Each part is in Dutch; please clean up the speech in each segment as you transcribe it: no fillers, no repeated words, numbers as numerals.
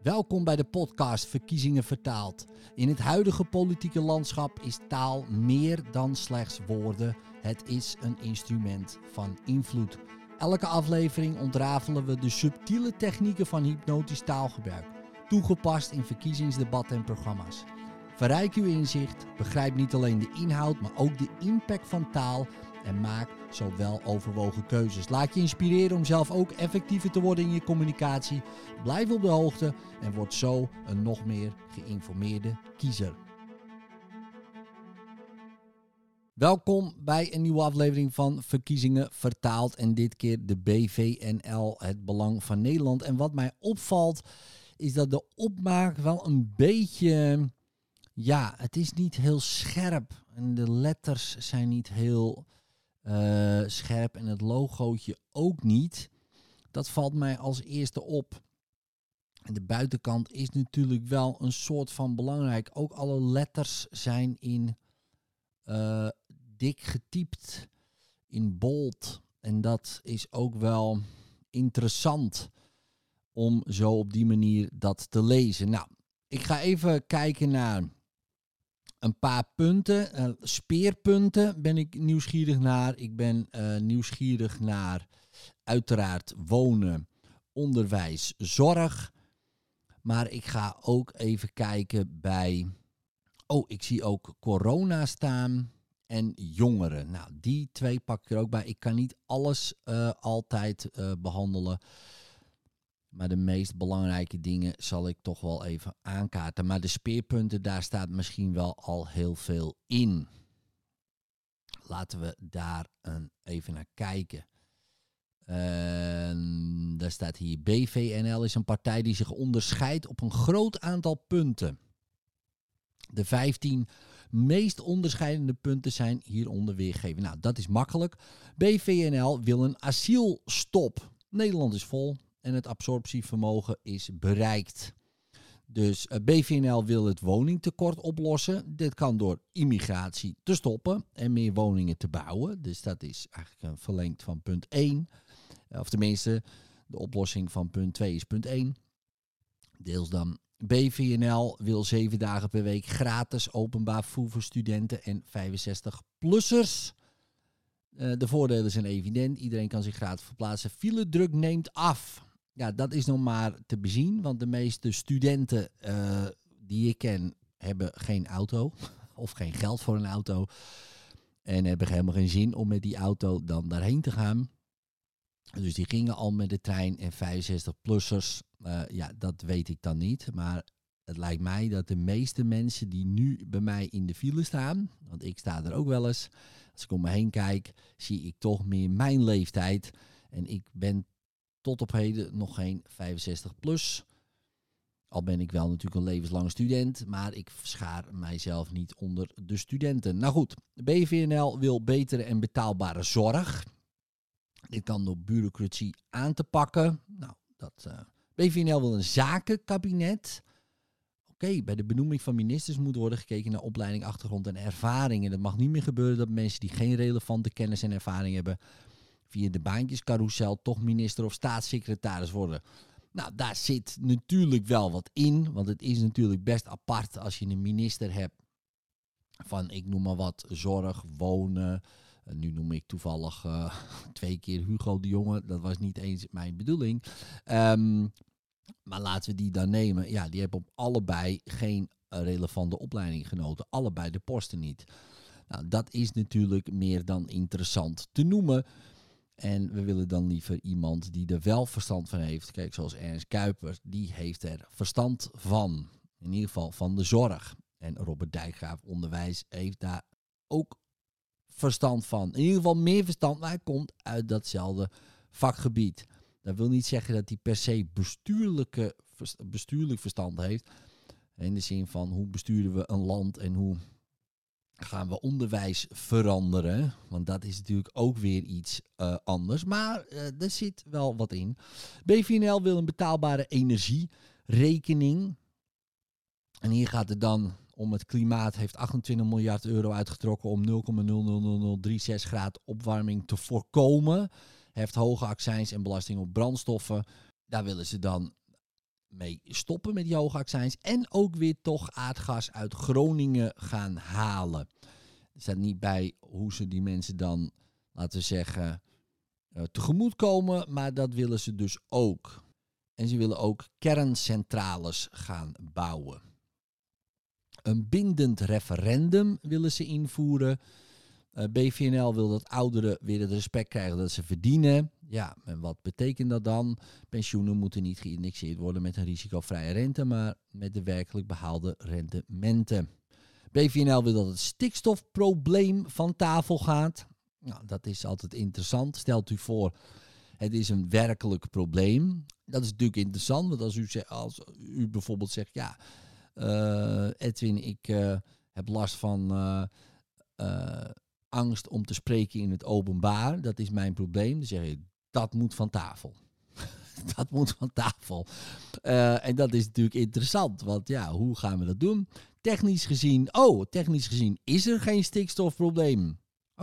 Welkom bij de podcast Verkiezingen vertaald. In het huidige politieke landschap is taal meer dan slechts woorden. Het is een instrument van invloed. Elke aflevering ontrafelen we de subtiele technieken van hypnotisch taalgebruik, toegepast in verkiezingsdebatten en programma's. Verrijk uw inzicht, begrijp niet alleen de inhoud, maar ook de impact van taal en maak zo wel overwogen keuzes. Laat je inspireren om zelf ook effectiever te worden in je communicatie. Blijf op de hoogte en word zo een nog meer geïnformeerde kiezer. Welkom bij een nieuwe aflevering van Verkiezingen vertaald en dit keer de BVNL, het Belang van Nederland. En wat mij opvalt is dat de opmaak wel een beetje, het is niet heel scherp en de letters zijn niet heel scherp en het logootje ook niet. Dat valt mij als eerste op. En de buitenkant is natuurlijk wel een soort van belangrijk. Ook alle letters zijn in dik getypt, in bold. En dat is ook wel interessant om zo op die manier dat te lezen. Nou, ik ga even kijken naar een paar punten. Speerpunten ben ik nieuwsgierig naar. Ik ben nieuwsgierig naar uiteraard wonen, onderwijs, zorg. Maar ik ga ook even kijken bij... ik zie ook corona staan en jongeren. Nou, die twee pak ik er ook bij. Ik kan niet alles altijd behandelen. Maar de meest belangrijke dingen zal ik toch wel even aankaarten. Maar de speerpunten, daar staat misschien wel al heel veel in. Laten we daar even naar kijken. Daar staat hier: BVNL is een partij die zich onderscheidt op een groot aantal punten. De 15 meest onderscheidende punten zijn hieronder weergegeven. Nou, dat is makkelijk. BVNL wil een asielstop. Nederland is vol en het absorptievermogen is bereikt. Dus BVNL wil het woningtekort oplossen. Dit kan door immigratie te stoppen en meer woningen te bouwen. Dus dat is eigenlijk een verlengd van punt 1. Of tenminste, de oplossing van punt 2 is punt 1. Deels dan. BVNL wil 7 dagen per week gratis openbaar vervoer voor studenten en 65-plussers. De voordelen zijn evident. Iedereen kan zich gratis verplaatsen. Filedruk neemt af. Ja, dat is nog maar te bezien, want de meeste studenten die ik ken hebben geen auto of geen geld voor een auto en hebben helemaal geen zin om met die auto dan daarheen te gaan. Dus die gingen al met de trein en 65-plussers, dat weet ik dan niet. Maar het lijkt mij dat de meeste mensen die nu bij mij in de file staan, want ik sta er ook wel eens, als ik om me heen kijk, zie ik toch meer mijn leeftijd. En ik ben tot op heden nog geen 65-plus. Al ben ik wel natuurlijk een levenslange student, maar ik schaar mijzelf niet onder de studenten. Nou goed, BVNL wil betere en betaalbare zorg. Dit kan door bureaucratie aan te pakken. Nou, BVNL wil een zakenkabinet. Oké, bij de benoeming van ministers moet worden gekeken naar opleiding, achtergrond en ervaringen. Dat mag niet meer gebeuren dat mensen die geen relevante kennis en ervaring hebben via de baantjescarousel toch minister of staatssecretaris worden. Nou, daar zit natuurlijk wel wat in, want het is natuurlijk best apart als je een minister hebt van, ik noem maar wat, zorg, wonen. Nu noem ik toevallig 2 keer Hugo de Jonge. Dat was niet eens mijn bedoeling. Maar laten we die dan nemen. Ja, die hebben op allebei geen relevante opleiding genoten. Allebei de posten niet. Nou, dat is natuurlijk meer dan interessant te noemen. En we willen dan liever iemand die er wel verstand van heeft. Kijk, zoals Ernst Kuipers, die heeft er verstand van. In ieder geval van de zorg. En Robert Dijkgraaf, onderwijs, heeft daar ook verstand van. In ieder geval meer verstand, maar hij komt uit datzelfde vakgebied. Dat wil niet zeggen dat hij per se bestuurlijk verstand heeft. In de zin van, hoe besturen we een land en hoe gaan we onderwijs veranderen. Want dat is natuurlijk ook weer iets anders. Maar er zit wel wat in. BVNL wil een betaalbare energierekening. En hier gaat het dan om het klimaat. Heeft 28 miljard euro uitgetrokken om 0,00036 graden opwarming te voorkomen. Heeft hoge accijns en belasting op brandstoffen. Daar willen ze dan mee stoppen met die hoge accijns. En ook weer toch aardgas uit Groningen gaan halen. Er staat niet bij hoe ze die mensen dan, laten we zeggen, tegemoetkomen. Maar dat willen ze dus ook. En ze willen ook kerncentrales gaan bouwen. Een bindend referendum willen ze invoeren. BVNL wil dat ouderen weer het respect krijgen dat ze verdienen. Ja, en wat betekent dat dan? Pensioenen moeten niet geïndexeerd worden met een risicovrije rente, maar met de werkelijk behaalde rendementen. BVNL wil dat het stikstofprobleem van tafel gaat. Nou, dat is altijd interessant. Stelt u voor, het is een werkelijk probleem. Dat is natuurlijk interessant, want als u bijvoorbeeld zegt, ja, Edwin, ik heb last van angst om te spreken in het openbaar. Dat is mijn probleem. Dan zeg je, dat moet van tafel. Dat moet van tafel. En dat is natuurlijk interessant, want ja, hoe gaan we dat doen? Technisch gezien is er geen stikstofprobleem.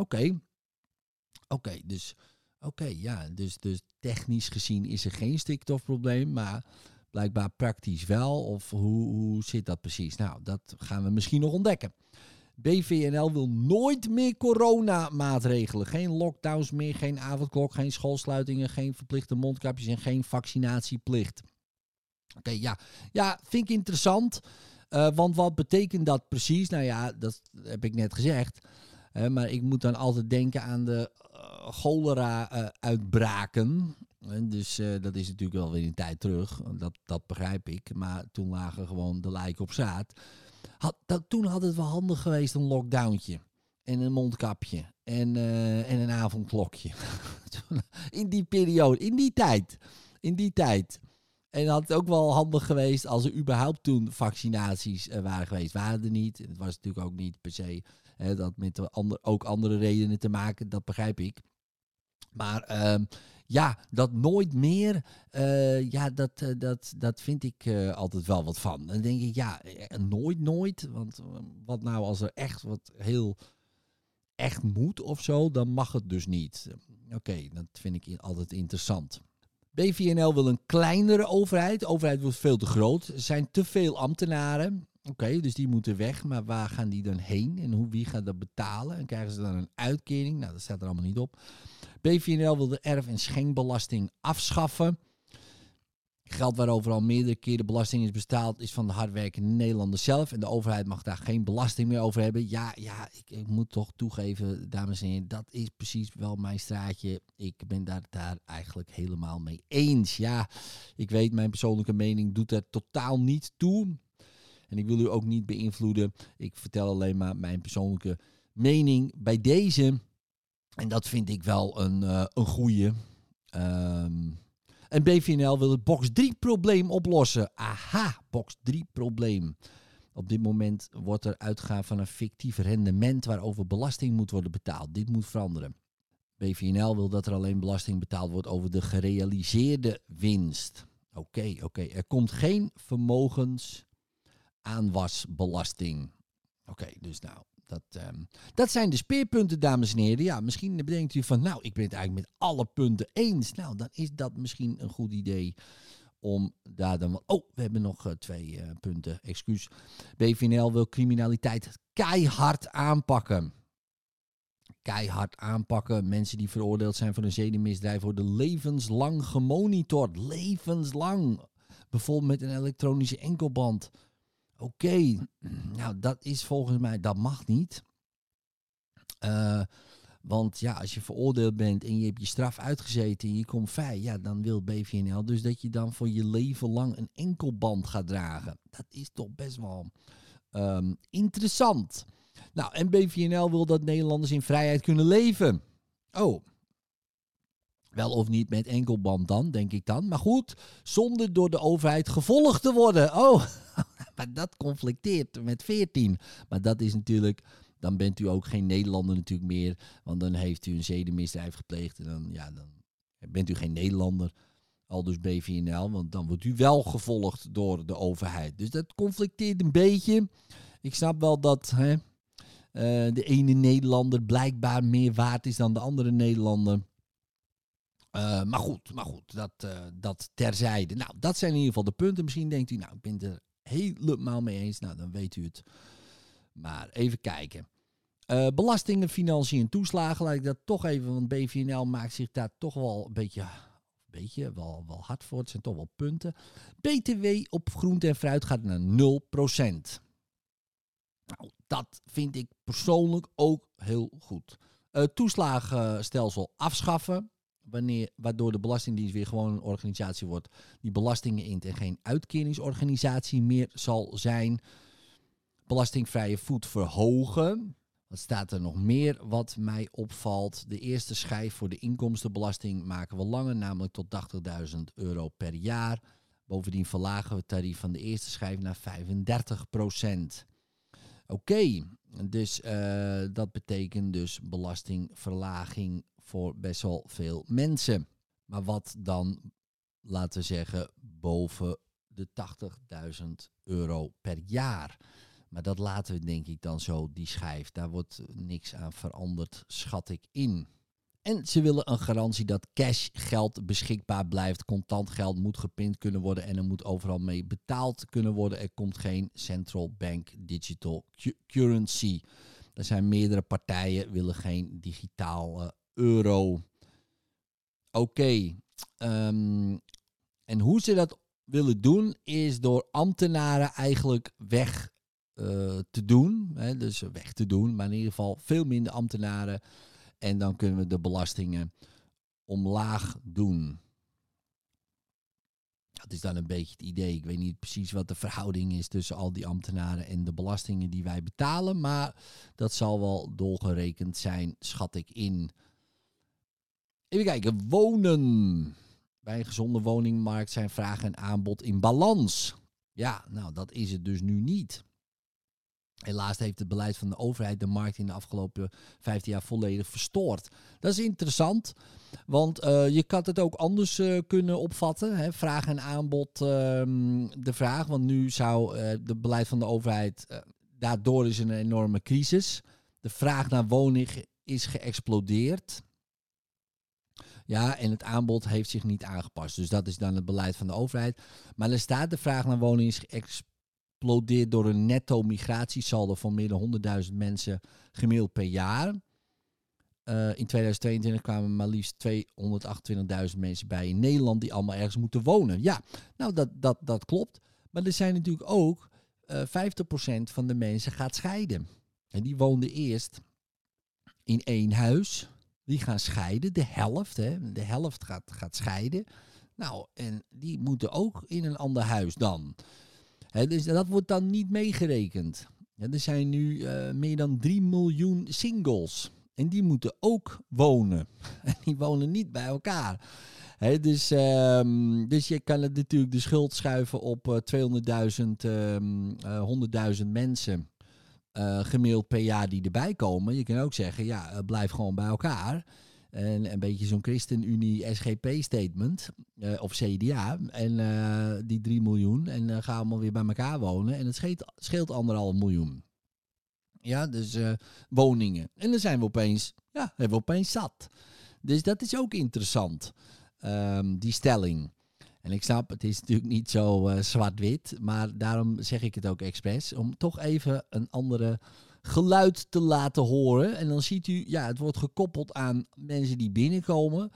Dus technisch gezien is er geen stikstofprobleem, maar blijkbaar praktisch wel. Of hoe zit dat precies? Nou, dat gaan we misschien nog ontdekken. BVNL wil nooit meer coronamaatregelen. Geen lockdowns meer, geen avondklok, geen schoolsluitingen, geen verplichte mondkapjes en geen vaccinatieplicht. Ja, vind ik interessant. Want wat betekent dat precies? Nou ja, dat heb ik net gezegd. Maar ik moet dan altijd denken aan de cholera-uitbraken. Dus dat is natuurlijk wel weer een tijd terug. Dat begrijp ik. Maar toen lagen gewoon de lijken op straat. Toen had het wel handig geweest, een lockdowntje. En een mondkapje. En een avondklokje. In die periode, in die tijd. En had het ook wel handig geweest als er überhaupt toen vaccinaties waren geweest. Waren er niet. Het was natuurlijk ook niet per se dat met ook andere redenen te maken. Dat begrijp ik. Maar dat nooit meer, dat vind ik altijd wel wat van. Dan denk ik, nooit. Want wat nou als er echt wat heel echt moet of zo, dan mag het dus niet. Oké, dat vind ik altijd interessant. BVNL wil een kleinere overheid. De overheid wordt veel te groot. Er zijn te veel ambtenaren. Oké, dus die moeten weg. Maar waar gaan die dan heen? En wie gaat dat betalen? En krijgen ze dan een uitkering? Nou, dat staat er allemaal niet op. BVNL wil de erf- en schenkbelasting afschaffen. Geld waarover al meerdere keren belasting is betaald is van de hardwerkende Nederlanders zelf. En de overheid mag daar geen belasting meer over hebben. Ja, ik moet toch toegeven, dames en heren, dat is precies wel mijn straatje. Ik ben daar eigenlijk helemaal mee eens. Ja, ik weet, mijn persoonlijke mening doet er totaal niet toe. En ik wil u ook niet beïnvloeden. Ik vertel alleen maar mijn persoonlijke mening bij deze. En dat vind ik wel een goeie. En BVNL wil het box 3 probleem oplossen. Aha, box 3 probleem. Op dit moment wordt er uitgegaan van een fictief rendement waarover belasting moet worden betaald. Dit moet veranderen. BVNL wil dat er alleen belasting betaald wordt over de gerealiseerde winst. Oké. Er komt geen vermogensaanwasbelasting. Oké, dus nou, dat zijn de speerpunten, dames en heren. Ja, misschien bedenkt u van, nou, ik ben het eigenlijk met alle punten eens. Nou, dan is dat misschien een goed idee om daar dan... Oh, we hebben nog 2 punten, excuus. BVNL wil criminaliteit keihard aanpakken. Keihard aanpakken. Mensen die veroordeeld zijn voor een zedenmisdrijf worden levenslang gemonitord. Levenslang. Bijvoorbeeld met een elektronische enkelband. Oké, nou dat is volgens mij, dat mag niet. Want ja, als je veroordeeld bent en je hebt je straf uitgezeten en je komt vrij, ja, dan wil BVNL dus dat je dan voor je leven lang een enkelband gaat dragen. Dat is toch best wel interessant. Nou, en BVNL wil dat Nederlanders in vrijheid kunnen leven. Oh, wel of niet met enkelband dan, denk ik dan. Maar goed, zonder door de overheid gevolgd te worden. Oh, maar dat conflicteert met 14. Maar dat is natuurlijk, dan bent u ook geen Nederlander natuurlijk meer. Want dan heeft u een zedenmisdrijf gepleegd. En dan bent u geen Nederlander. Al dus BVNL, want dan wordt u wel gevolgd door de overheid. Dus dat conflicteert een beetje. Ik snap wel dat de ene Nederlander blijkbaar meer waard is dan de andere Nederlander. Maar goed, dat terzijde. Nou, dat zijn in ieder geval de punten. Misschien denkt u, nou, ik ben het er helemaal mee eens. Nou, dan weet u het. Maar even kijken. Belastingen, financiën en toeslagen. Laat ik dat toch even, want BVNL maakt zich daar toch wel een beetje wel hard voor. Het zijn toch wel punten. BTW op groente en fruit gaat naar 0%. Nou, dat vind ik persoonlijk ook heel goed. Toeslagenstelsel afschaffen. Waardoor de Belastingdienst weer gewoon een organisatie wordt die belastingen int en geen uitkeringsorganisatie meer zal zijn. Belastingvrije voet verhogen. Wat staat er nog meer wat mij opvalt? De eerste schijf voor de inkomstenbelasting maken we langer, namelijk tot €80.000 per jaar. Bovendien verlagen we het tarief van de eerste schijf naar 35%. Oké, dus dat betekent dus belastingverlaging voor best wel veel mensen. Maar wat dan, laten we zeggen, boven de €80.000 per jaar. Maar dat laten we denk ik dan zo, die schijf. Daar wordt niks aan veranderd, schat ik in. En ze willen een garantie dat cashgeld beschikbaar blijft. Contant geld moet gepind kunnen worden en er moet overal mee betaald kunnen worden. Er komt geen central bank digital currency. Er zijn meerdere partijen, willen geen digitale euro. Oké. En hoe ze dat willen doen is door ambtenaren eigenlijk weg te doen. Hè, dus weg te doen, maar in ieder geval veel minder ambtenaren. En dan kunnen we de belastingen omlaag doen. Dat is dan een beetje het idee. Ik weet niet precies wat de verhouding is tussen al die ambtenaren en de belastingen die wij betalen. Maar dat zal wel doorgerekend zijn, schat ik in. Even kijken, wonen. Bij een gezonde woningmarkt zijn vraag en aanbod in balans. Ja, nou dat is het dus nu niet. Helaas heeft het beleid van de overheid de markt in de afgelopen 15 jaar volledig verstoord. Dat is interessant, want je kan het ook anders kunnen opvatten. Hè? Vraag en aanbod, de vraag. Want nu zou het beleid van de overheid, daardoor is een enorme crisis. De vraag naar woning is geëxplodeerd. Ja, en het aanbod heeft zich niet aangepast. Dus dat is dan het beleid van de overheid. Maar er staat de vraag naar woning is geëxplodeerd door een netto migratiesaldo van meer dan 100.000 mensen gemiddeld per jaar. In 2022 kwamen maar liefst 228.000 mensen bij in Nederland die allemaal ergens moeten wonen. Ja, nou dat klopt. Maar er zijn natuurlijk ook 50% van de mensen gaat scheiden. En die woonden eerst in één huis. Die gaan scheiden, de helft. Hè? De helft gaat scheiden. Nou, en die moeten ook in een ander huis dan. Dus dat wordt dan niet meegerekend. Er zijn nu meer dan 3 miljoen singles. En die moeten ook wonen. En die wonen niet bij elkaar. Dus je kan het natuurlijk de schuld schuiven op 200.000, 100.000 mensen gemiddeld per jaar die erbij komen. Je kan ook zeggen, ja, blijf gewoon bij elkaar. En een beetje zo'n ChristenUnie SGP-statement. Of CDA. En die 3 miljoen. En gaan allemaal weer bij elkaar wonen. En het scheelt 1,5 miljoen. Ja, dus woningen. En dan zijn we opeens zat. Dus dat is ook interessant. Die stelling. En ik snap, het is natuurlijk niet zo zwart-wit. Maar daarom zeg ik het ook expres. Om toch even een andere geluid te laten horen. En dan ziet u, ja, het wordt gekoppeld aan mensen die binnenkomen.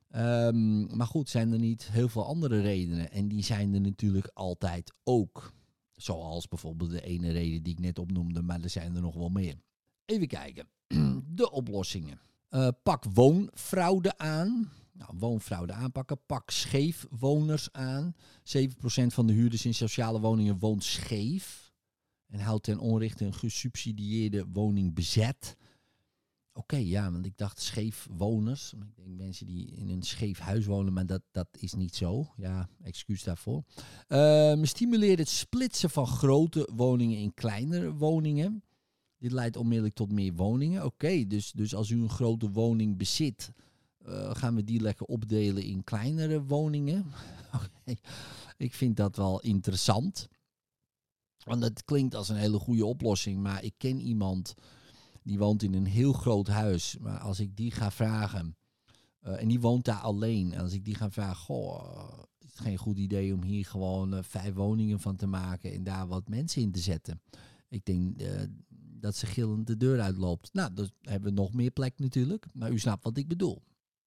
Maar goed, zijn er niet heel veel andere redenen. En die zijn er natuurlijk altijd ook. Zoals bijvoorbeeld de ene reden die ik net opnoemde, maar er zijn er nog wel meer. Even kijken. De oplossingen. Pak woonfraude aan. Nou, woonfraude aanpakken. Pak scheefwoners aan. 7% van de huurders in sociale woningen woont scheef. En houdt ten onrechte een gesubsidieerde woning bezet. Oké, ja, want ik dacht scheefwoners. Ik denk mensen die in een scheef huis wonen, maar dat is niet zo. Ja, excuus daarvoor. Stimuleert het splitsen van grote woningen in kleinere woningen. Dit leidt onmiddellijk tot meer woningen. Oké, dus als u een grote woning bezit, gaan we die lekker opdelen in kleinere woningen. Okay. Ik vind dat wel interessant. Want dat klinkt als een hele goede oplossing, maar ik ken iemand die woont in een heel groot huis. Maar als ik die ga vragen En die woont daar alleen. En als ik die ga vragen, goh, is het geen goed idee om hier gewoon 5 woningen van te maken en daar wat mensen in te zetten? Ik denk dat ze gillend de deur uitloopt. Nou, dan hebben we nog meer plek natuurlijk. Maar u snapt wat ik bedoel.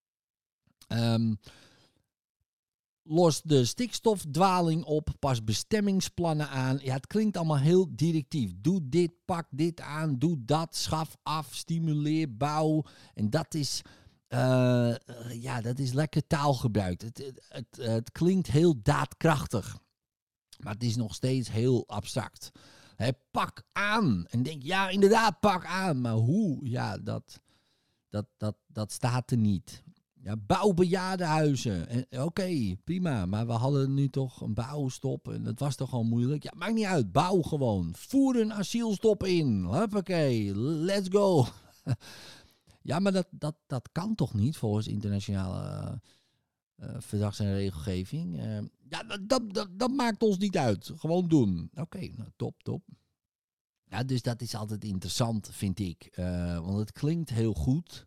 Los de stikstofdwaling op, pas bestemmingsplannen aan. Ja, het klinkt allemaal heel directief. Doe dit, pak dit aan, doe dat, schaf af, stimuleer, bouw. En dat is, dat is lekker taalgebruik. Het klinkt heel daadkrachtig, maar het is nog steeds heel abstract. Pak aan. En denk, ja, inderdaad, pak aan. Maar hoe? Ja, dat staat er niet. Ja, bouw bejaardenhuizen. Oké, prima. Maar we hadden nu toch een bouwstop. En dat was toch al moeilijk. Ja, maakt niet uit. Bouw gewoon. Voer een asielstop in. Huppakee. Let's go. Ja, maar dat kan toch niet volgens internationale verdrags- en regelgeving. Dat maakt ons niet uit. Gewoon doen. Oké, nou, top. Ja, dus dat is altijd interessant, vind ik. Want het klinkt heel goed.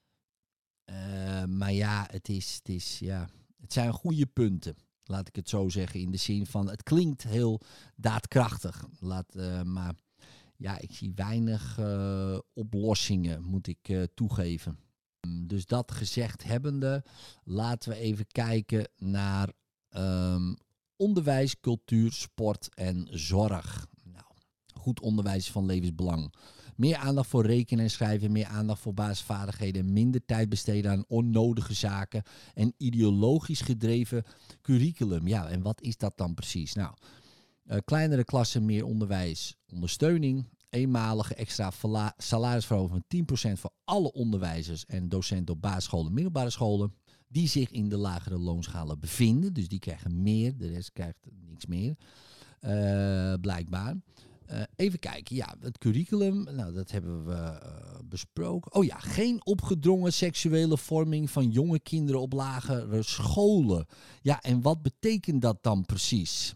Maar ja, het zijn goede punten. Laat ik het zo zeggen. In de zin van, het klinkt heel daadkrachtig. Maar ja, ik zie weinig oplossingen, moet ik toegeven. Dus dat gezegd hebbende, laten we even kijken naar onderwijs, cultuur, sport en zorg. Nou, goed onderwijs is van levensbelang. Meer aandacht voor rekenen en schrijven, meer aandacht voor basisvaardigheden, minder tijd besteden aan onnodige zaken en ideologisch gedreven curriculum. Ja, en wat is dat dan precies? Nou, kleinere klassen, meer onderwijs, ondersteuning, eenmalige extra salarisverhoging van 10% voor alle onderwijzers en docenten op basisscholen en middelbare scholen die zich in de lagere loonschalen bevinden. Dus die krijgen meer, de rest krijgt niks meer, blijkbaar. Even kijken, ja, het curriculum, nou, dat hebben we besproken. Oh ja, geen opgedrongen seksuele vorming van jonge kinderen op lagere scholen. Ja, en wat betekent dat dan precies?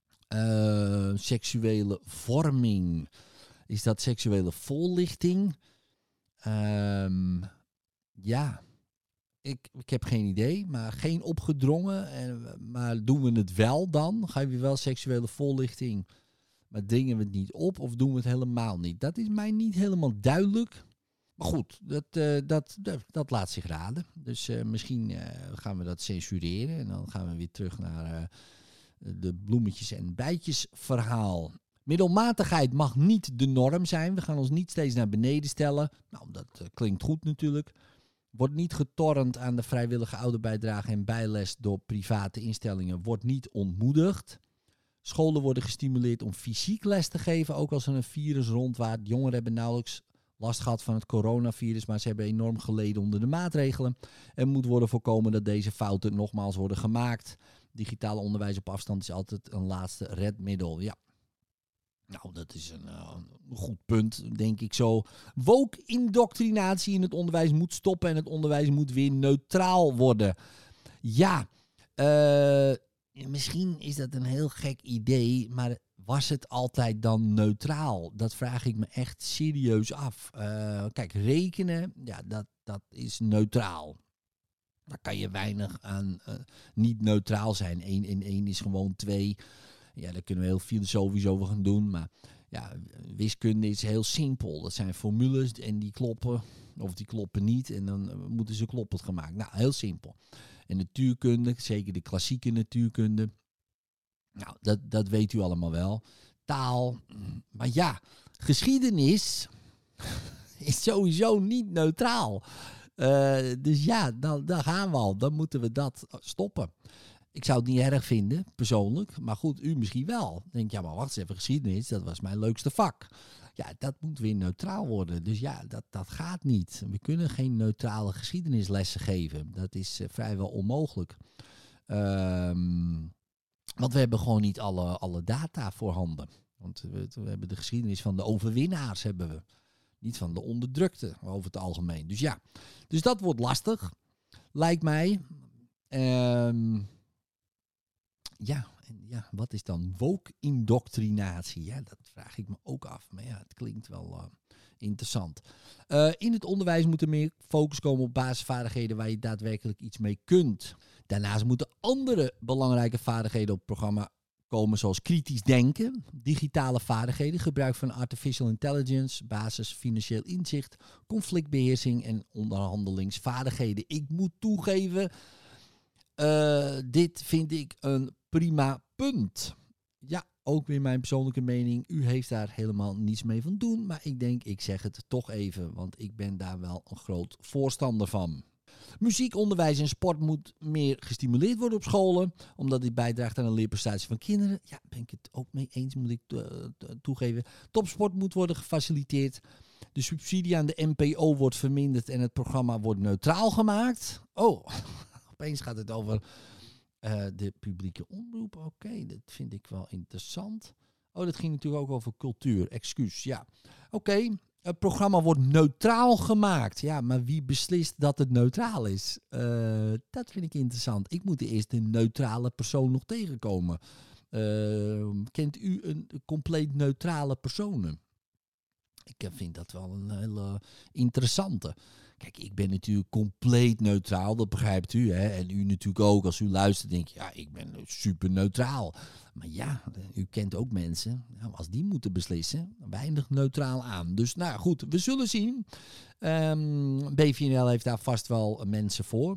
Seksuele vorming. Is dat seksuele voorlichting? Ja, ik heb geen idee, maar geen opgedrongen. Maar doen we het wel dan? Geef je wel seksuele voorlichting, maar dringen we het niet op of doen we het helemaal niet? Dat is mij niet helemaal duidelijk. Maar goed, dat laat zich raden. Dus misschien gaan we dat censureren en dan gaan we weer terug naar de bloemetjes en bijtjes verhaal. Middelmatigheid mag niet de norm zijn. We gaan ons niet steeds naar beneden stellen. Nou, dat klinkt goed natuurlijk. Wordt niet getornd aan de vrijwillige ouderbijdrage en bijles door private instellingen. Wordt niet ontmoedigd. Scholen worden gestimuleerd om fysiek les te geven, ook als er een virus rondwaart. Jongeren hebben nauwelijks last gehad van het coronavirus, maar ze hebben enorm geleden onder de maatregelen. Er moet worden voorkomen dat deze fouten nogmaals worden gemaakt. Digitale onderwijs op afstand is altijd een laatste redmiddel. Ja. Nou, dat is een goed punt, denk ik zo. Woke-indoctrinatie in het onderwijs moet stoppen en het onderwijs moet weer neutraal worden. Ja, misschien is dat een heel gek idee, maar was het altijd dan neutraal? Dat vraag ik me echt serieus af. Kijk, rekenen, ja, dat is neutraal. Daar kan je weinig aan niet neutraal zijn. 1 en 1 is gewoon 2. Ja, daar kunnen we heel filosofisch over gaan doen. Maar ja, wiskunde is heel simpel. Dat zijn formules en die kloppen of die kloppen niet. En dan moeten ze kloppend gemaakt. Nou, heel simpel. En natuurkunde, zeker de klassieke natuurkunde. Nou, dat weet u allemaal wel. Taal. Maar ja, geschiedenis is sowieso niet neutraal. Dus ja, dan gaan we al. Dan moeten we dat stoppen. Ik zou het niet erg vinden, persoonlijk. Maar goed, u misschien wel. Denk, ja, maar wacht eens even, geschiedenis, dat was mijn leukste vak. Ja, dat moet weer neutraal worden. Dus ja, dat gaat niet. We kunnen geen neutrale geschiedenislessen geven. Dat is vrijwel onmogelijk. Want we hebben gewoon niet alle data voorhanden. Want we hebben de geschiedenis van de overwinnaars, hebben we. Niet van de onderdrukte, over het algemeen. Dus ja, dus dat wordt lastig, lijkt mij. Ja, wat is dan woke-indoctrinatie? Ja, dat vraag ik me ook af. Maar ja, het klinkt wel Interessant. In het onderwijs moet er meer focus komen op basisvaardigheden waar je daadwerkelijk iets mee kunt. Daarnaast moeten andere belangrijke vaardigheden op het programma komen, zoals kritisch denken, digitale vaardigheden, gebruik van artificial intelligence, basis financieel inzicht, conflictbeheersing en onderhandelingsvaardigheden. Ik moet toegeven, dit vind ik een prima punt. Ja, ook weer mijn persoonlijke mening. U heeft daar helemaal niets mee van doen, maar ik zeg het toch even, want ik ben daar wel een groot voorstander van. Muziek, onderwijs en sport moet meer gestimuleerd worden op scholen, omdat dit bijdraagt aan de leerprestatie van kinderen. Ja, ben ik het ook mee eens, moet ik toegeven. Topsport moet worden gefaciliteerd. De subsidie aan de NPO wordt verminderd en het programma wordt neutraal gemaakt. Oh, opeens gaat het over de publieke omroep. Oké, dat vind ik wel interessant. Oh, dat ging natuurlijk ook over cultuur. Excuus, ja. Oké. Het programma wordt neutraal gemaakt. Ja, maar wie beslist dat het neutraal is? Dat vind ik interessant. Ik moet eerst een neutrale persoon nog tegenkomen. Kent u een compleet neutrale persoon? Ik vind dat wel een hele interessante. Kijk, ik ben natuurlijk compleet neutraal, dat begrijpt u. Hè? En u natuurlijk ook, als u luistert, denk je, ja, ik ben super neutraal. Maar ja, u kent ook mensen, nou, als die moeten beslissen, weinig neutraal aan. Dus nou goed, we zullen zien. BVNL heeft daar vast wel mensen voor.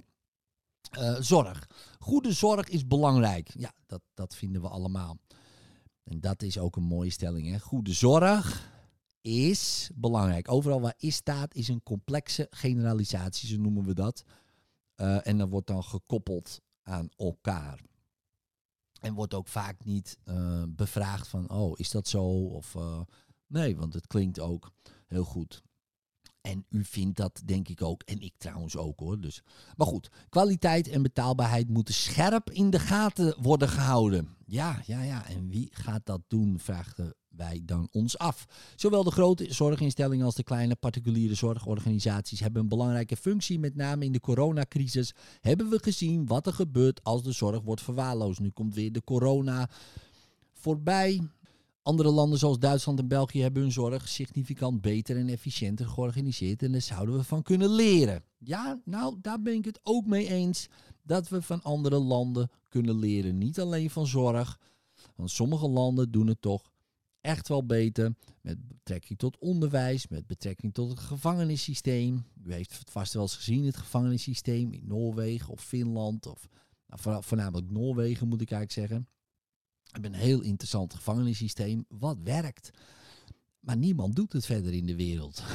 Zorg. Goede zorg is belangrijk. Ja, dat vinden we allemaal. En dat is ook een mooie stelling, hè? Goede zorg is belangrijk. Overal waar is staat is een complexe generalisatie, zo noemen we dat. En dat wordt dan gekoppeld aan elkaar. En wordt ook vaak niet bevraagd van, oh, is dat zo? Of nee, want het klinkt ook heel goed. En u vindt dat denk ik ook. En ik trouwens ook hoor. Dus. Maar goed, kwaliteit en betaalbaarheid moeten scherp in de gaten worden gehouden. Ja. En wie gaat dat doen, vragen wij dan ons af. Zowel de grote zorginstellingen als de kleine particuliere zorgorganisaties hebben een belangrijke functie. Met name in de coronacrisis hebben we gezien wat er gebeurt als de zorg wordt verwaarloosd. Nu komt weer de corona voorbij. Andere landen zoals Duitsland en België hebben hun zorg significant beter en efficiënter georganiseerd. En daar zouden we van kunnen leren. Ja, nou, daar ben ik het ook mee eens. Dat we van andere landen kunnen leren. Niet alleen van zorg. Want sommige landen doen het toch echt wel beter. Met betrekking tot onderwijs. Met betrekking tot het gevangenissysteem. U heeft het vast wel eens gezien, het gevangenissysteem in Noorwegen of Finland. Of voornamelijk Noorwegen moet ik eigenlijk zeggen. We hebben een heel interessant gevangenissysteem wat werkt. Maar niemand doet het verder in de wereld.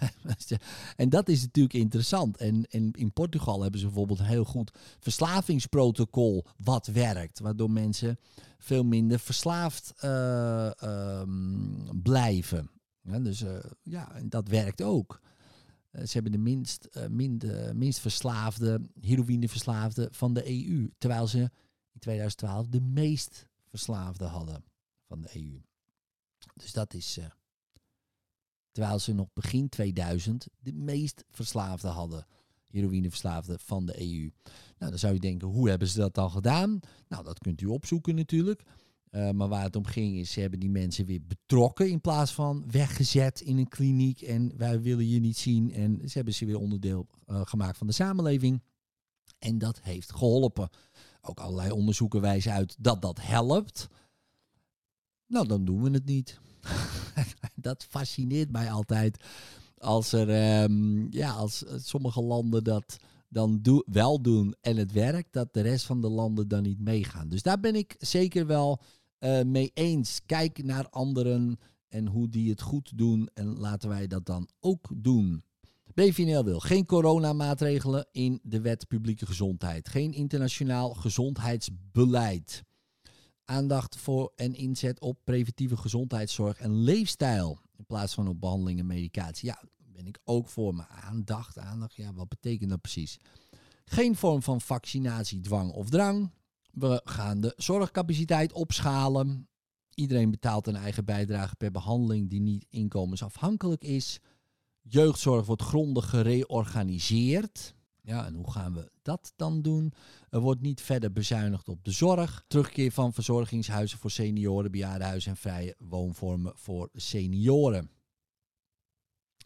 En dat is natuurlijk interessant. En in Portugal hebben ze bijvoorbeeld een heel goed verslavingsprotocol wat werkt. Waardoor mensen veel minder verslaafd blijven. Ja, dus en dat werkt ook. Ze hebben de minst verslaafde, heroïneverslaafde van de EU. Terwijl ze in 2012 de meest verslaafden hadden van de EU. Dus dat is terwijl ze nog begin 2000 de meest verslaafden hadden, heroïneverslaafden van de EU. Nou, dan zou je denken, hoe hebben ze dat dan gedaan? Nou, dat kunt u opzoeken natuurlijk. Maar waar het om ging is, ze hebben die mensen weer betrokken in plaats van weggezet in een kliniek en wij willen je niet zien. En ze hebben ze weer onderdeel gemaakt van de samenleving. En dat heeft geholpen. Ook allerlei onderzoeken wijzen uit dat dat helpt. Nou, dan doen we het niet. Dat fascineert mij altijd. Als als sommige landen dat dan wel doen en het werkt, dat de rest van de landen dan niet meegaan. Dus daar ben ik zeker wel mee eens. Kijk naar anderen en hoe die het goed doen en laten wij dat dan ook doen. BVNL wil geen coronamaatregelen in de wet publieke gezondheid. Geen internationaal gezondheidsbeleid. Aandacht voor en inzet op preventieve gezondheidszorg en leefstijl. In plaats van op behandeling en medicatie. Ja, daar ben ik ook voor. Maar aandacht, ja, wat betekent dat precies? Geen vorm van vaccinatie, dwang of drang. We gaan de zorgcapaciteit opschalen. Iedereen betaalt een eigen bijdrage per behandeling die niet inkomensafhankelijk is. Jeugdzorg wordt grondig gereorganiseerd. Ja, en hoe gaan we dat dan doen? Er wordt niet verder bezuinigd op de zorg. Terugkeer van verzorgingshuizen voor senioren, bejaardenhuizen en vrije woonvormen voor senioren.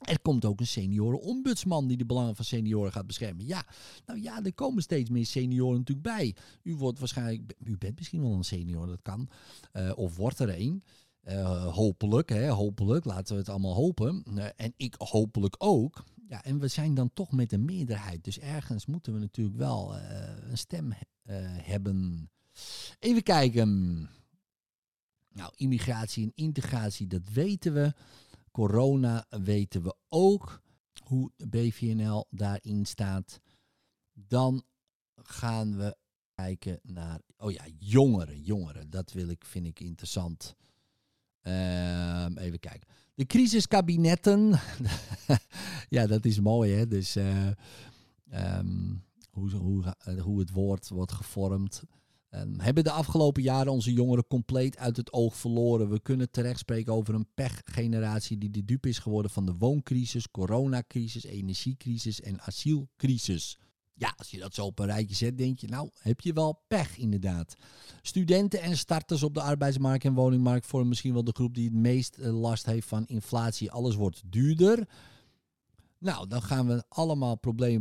Er komt ook een seniorenombudsman die de belangen van senioren gaat beschermen. Ja, nou ja, er komen steeds meer senioren natuurlijk bij. U bent misschien wel een senior, dat kan. Of wordt er een. Hopelijk. Laten we het allemaal hopen. En ik hopelijk ook. Ja, en we zijn dan toch met een meerderheid. Dus ergens moeten we natuurlijk wel een stem hebben. Even kijken. Nou, immigratie en integratie, dat weten we. Corona weten we ook hoe de BVNL daarin staat. Dan gaan we kijken naar, jongeren. Dat vind ik interessant. Even kijken. De crisiskabinetten. Ja, dat is mooi, hè. Dus hoe het woord wordt gevormd. Hebben de afgelopen jaren onze jongeren compleet uit het oog verloren. We kunnen terecht spreken over een pechgeneratie die de dupe is geworden van de wooncrisis, coronacrisis, energiecrisis en asielcrisis. Ja, als je dat zo op een rijtje zet, denk je, nou, heb je wel pech inderdaad. Studenten en starters op de arbeidsmarkt en woningmarkt vormen misschien wel de groep die het meest last heeft van inflatie. Alles wordt duurder. Nou, dan gaan we allemaal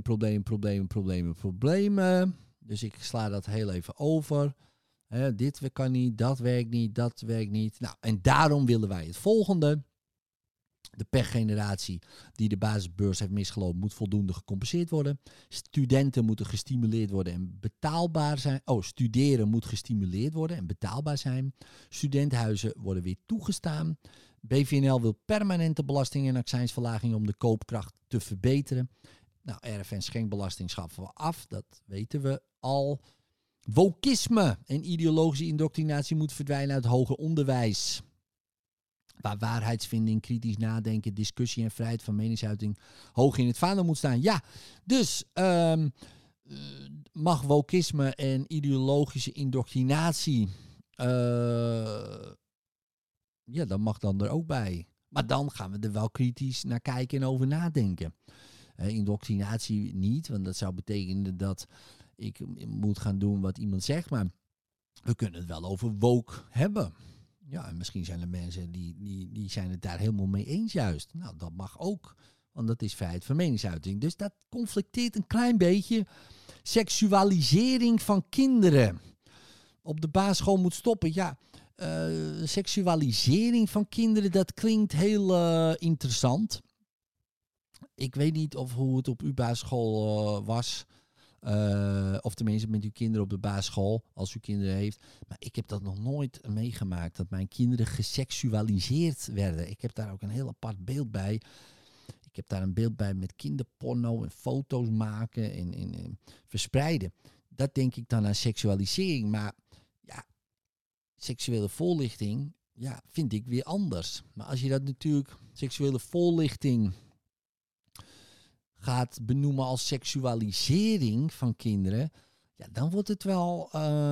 problemen. Dus ik sla dat heel even over. Dit kan niet, dat werkt niet. Nou, en daarom willen wij het volgende. De pechgeneratie die de basisbeurs heeft misgelopen moet voldoende gecompenseerd worden. Studenten moeten gestimuleerd worden en betaalbaar zijn. Studeren moet gestimuleerd worden en betaalbaar zijn. Studentenhuizen worden weer toegestaan. BVNL wil permanente belasting- en accijnsverlaging om de koopkracht te verbeteren. Nou, erf- en schenkbelasting schaffen we af, dat weten we al. Wokisme en ideologische indoctrinatie moet verdwijnen uit hoger onderwijs. Waar waarheidsvinding, kritisch nadenken, discussie en vrijheid van meningsuiting hoog in het vaandel moet staan. Ja, dus mag wokisme en ideologische indoctrinatie, dat mag dan er ook bij. Maar dan gaan we er wel kritisch naar kijken en over nadenken. Indoctrinatie niet, want dat zou betekenen dat ik moet gaan doen wat iemand zegt. Maar we kunnen het wel over woke hebben. Ja, en misschien zijn er mensen die zijn het daar helemaal mee eens juist. Nou, dat mag ook, want dat is vrijheid van meningsuiting. Dus dat conflicteert een klein beetje. Seksualisering van kinderen. Op de basisschool moet stoppen. Ja, seksualisering van kinderen, dat klinkt heel interessant. Ik weet niet hoe het op uw basisschool was. Of tenminste met uw kinderen op de basisschool, als u kinderen heeft. Maar ik heb dat nog nooit meegemaakt, dat mijn kinderen geseksualiseerd werden. Ik heb daar ook een heel apart beeld bij. Ik heb daar een beeld bij met kinderporno en foto's maken en verspreiden. Dat denk ik dan aan seksualisering. Maar ja, seksuele voorlichting, ja, vind ik weer anders. Maar als je dat natuurlijk, seksuele voorlichting, gaat benoemen als seksualisering van kinderen, ja, dan wordt het wel,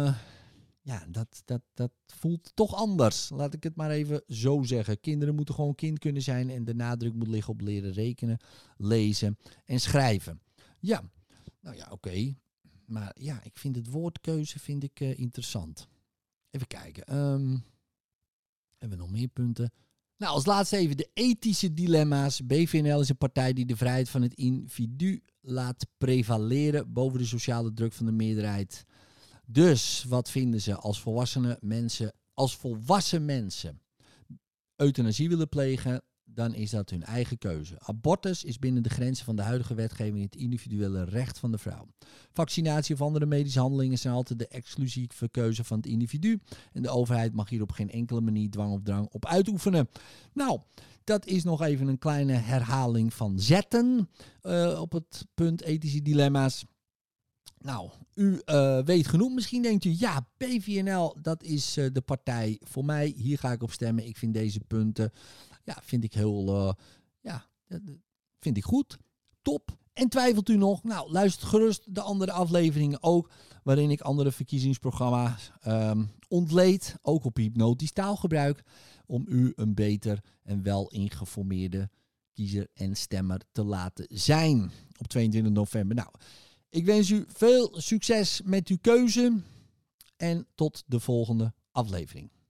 dat voelt toch anders. Laat ik het maar even zo zeggen. Kinderen moeten gewoon kind kunnen zijn en de nadruk moet liggen op leren rekenen, lezen en schrijven. Ja, nou ja, oké. Maar ja, ik vind het woordkeuze interessant. Even kijken. Hebben we nog meer punten? Nou, als laatste even de ethische dilemma's. BVNL is een partij die de vrijheid van het individu laat prevaleren boven de sociale druk van de meerderheid. Dus, wat vinden ze als volwassen mensen euthanasie willen plegen, dan is dat hun eigen keuze. Abortus is binnen de grenzen van de huidige wetgeving het individuele recht van de vrouw. Vaccinatie of andere medische handelingen zijn altijd de exclusieve keuze van het individu. En de overheid mag hier op geen enkele manier dwang of drang op uitoefenen. Nou, dat is nog even een kleine herhaling van zetten op het punt ethische dilemma's. Nou, u weet genoeg. Misschien denkt u, ja, BVNL, dat is de partij voor mij. Hier ga ik op stemmen. Ik vind deze punten, vind ik heel, vind ik goed. Top. En twijfelt u nog? Nou, luister gerust de andere afleveringen ook, waarin ik andere verkiezingsprogramma's ontleed, ook op hypnotisch taalgebruik, om u een beter en wel ingeformeerde kiezer en stemmer te laten zijn op 22 november. Nou, ik wens u veel succes met uw keuze en tot de volgende aflevering.